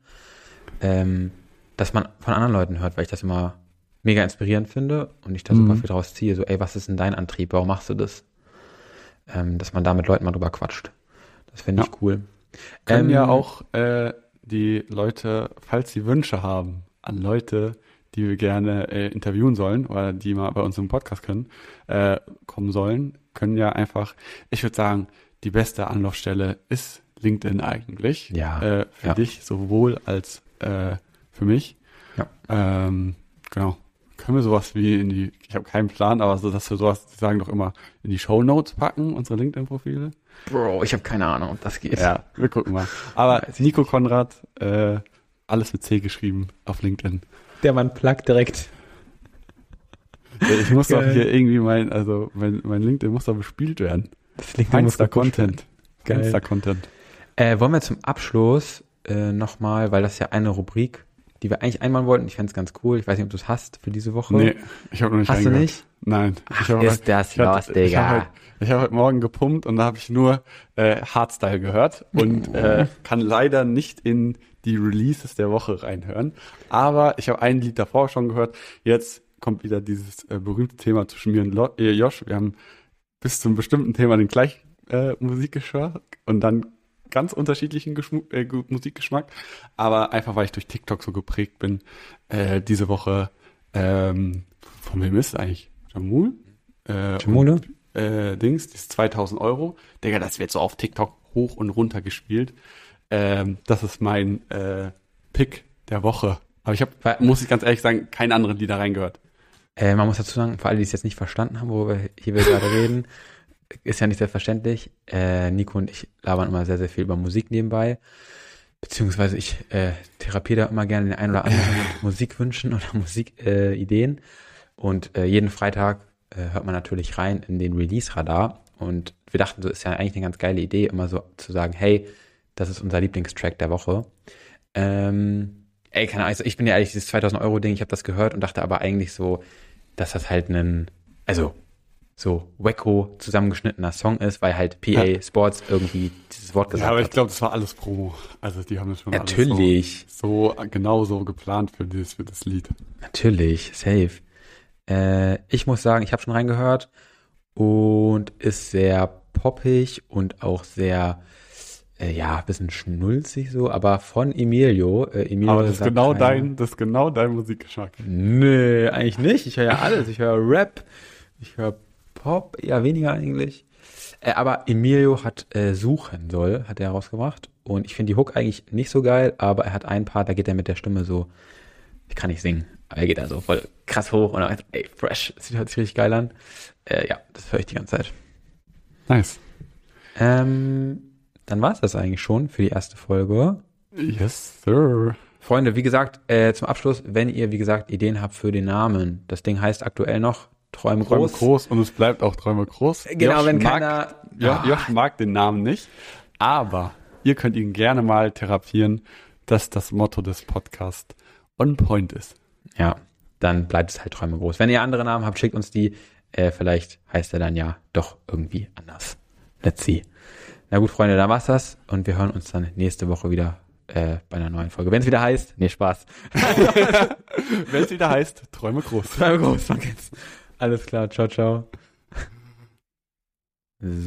dass man von anderen Leuten hört, weil ich das immer mega inspirierend finde und ich da super viel draus ziehe, so was ist denn dein Antrieb, warum machst du das? Dass man da mit Leuten mal drüber quatscht. Das finde ich cool. Können ja auch die Leute, falls sie Wünsche haben an Leute, die wir gerne interviewen sollen oder die mal bei uns im Podcast kommen sollen, können ja einfach, ich würde sagen, die beste Anlaufstelle ist LinkedIn eigentlich. Ja. Für dich sowohl als für mich. Ja. Genau. Können wir sowas wie ich habe keinen Plan, aber so, dass wir sowas, die sagen doch immer, in die Shownotes packen, unsere LinkedIn-Profile? Bro, ich habe keine Ahnung, ob das geht. Ja, wir gucken mal. Aber Nico Konrad, alles mit C geschrieben auf LinkedIn. Der Mann plagt direkt. Ich muss doch hier irgendwie mein LinkedIn muss doch bespielt werden. Das LinkedIn muss Content. Geil. Insta-Content. Wollen wir zum Abschluss nochmal, weil das ja eine Rubrik, die wir eigentlich einbauen wollten. Ich fände es ganz cool. Ich weiß nicht, ob du es hast für diese Woche. Nee, ich habe noch nicht Hast du nicht? Nein. Ist das los, Digga. Ich habe heute Morgen gepumpt und da habe ich nur Hardstyle gehört und kann leider nicht in die Releases der Woche reinhören. Aber ich habe ein Lied davor schon gehört. Jetzt kommt wieder dieses berühmte Thema zwischen mir und Josh. Wir haben bis zum bestimmten Thema den gleichen Musikgeschmack und dann ganz unterschiedlichen Musikgeschmack. Aber einfach, weil ich durch TikTok so geprägt bin, diese Woche von wem ist es eigentlich? Jamul? Jamule? Dings, das ist 2.000 €. Digga, das wird so auf TikTok hoch und runter gespielt. Das ist mein Pick der Woche. Aber ich habe, muss ich ganz ehrlich sagen, keine anderen Lieder reingehört. Man muss dazu sagen, für alle, die es jetzt nicht verstanden haben, worüber wir gerade reden, ist ja nicht selbstverständlich. Nico und ich labern immer sehr, sehr viel über Musik nebenbei. Beziehungsweise ich therapiere da immer gerne den einen oder anderen mit Musikwünschen oder Musikideen. Und jeden Freitag hört man natürlich rein in den Release-Radar. Und wir dachten, so ist ja eigentlich eine ganz geile Idee, immer so zu sagen, hey, das ist unser Lieblingstrack der Woche. Keine Ahnung, also ich bin ja ehrlich, dieses 2.000 € Ding, ich habe das gehört und dachte aber eigentlich so, dass das halt so wacko zusammengeschnittener Song ist, weil halt PA Sports irgendwie dieses Wort gesagt hat. Ja, aber ich glaube, das war alles Promo. Also die haben das schon natürlich alles so genau so geplant für das Lied. Natürlich, safe. Ich muss sagen, ich habe schon reingehört und ist sehr poppig und auch sehr ein bisschen schnulzig so, aber von Emilio. Aber das ist genau dein Musikgeschmack. Nö, eigentlich nicht. Ich höre ja alles. Ich höre Rap, ich höre Pop, eher weniger eigentlich. Aber Emilio hat Suchen soll, hat er herausgebracht. Und ich finde die Hook eigentlich nicht so geil, aber er hat einen Part, da geht er mit der Stimme so, ich kann nicht singen, aber er geht da so voll krass hoch und dann fresh. Das hört sich richtig geil an. Das höre ich die ganze Zeit. Nice. Dann war es das eigentlich schon für die erste Folge. Yes, sir. Freunde, wie gesagt, zum Abschluss, wenn ihr, wie gesagt, Ideen habt für den Namen, das Ding heißt aktuell noch Träume groß. Träume groß und es bleibt auch Träume groß. Genau, Josh wenn keiner... Josh mag den Namen nicht, aber ihr könnt ihn gerne mal therapieren, dass das Motto des Podcasts on point ist. Ja, dann bleibt es halt Träume groß. Wenn ihr andere Namen habt, schickt uns die. Vielleicht heißt er dann ja doch irgendwie anders. Let's see. Na gut, Freunde, dann war's das. Und wir hören uns dann nächste Woche wieder bei einer neuen Folge. Wenn es wieder heißt, Spaß. Wenn es wieder heißt, Träume groß. Träume groß, man kennt's. Alles klar, ciao, ciao.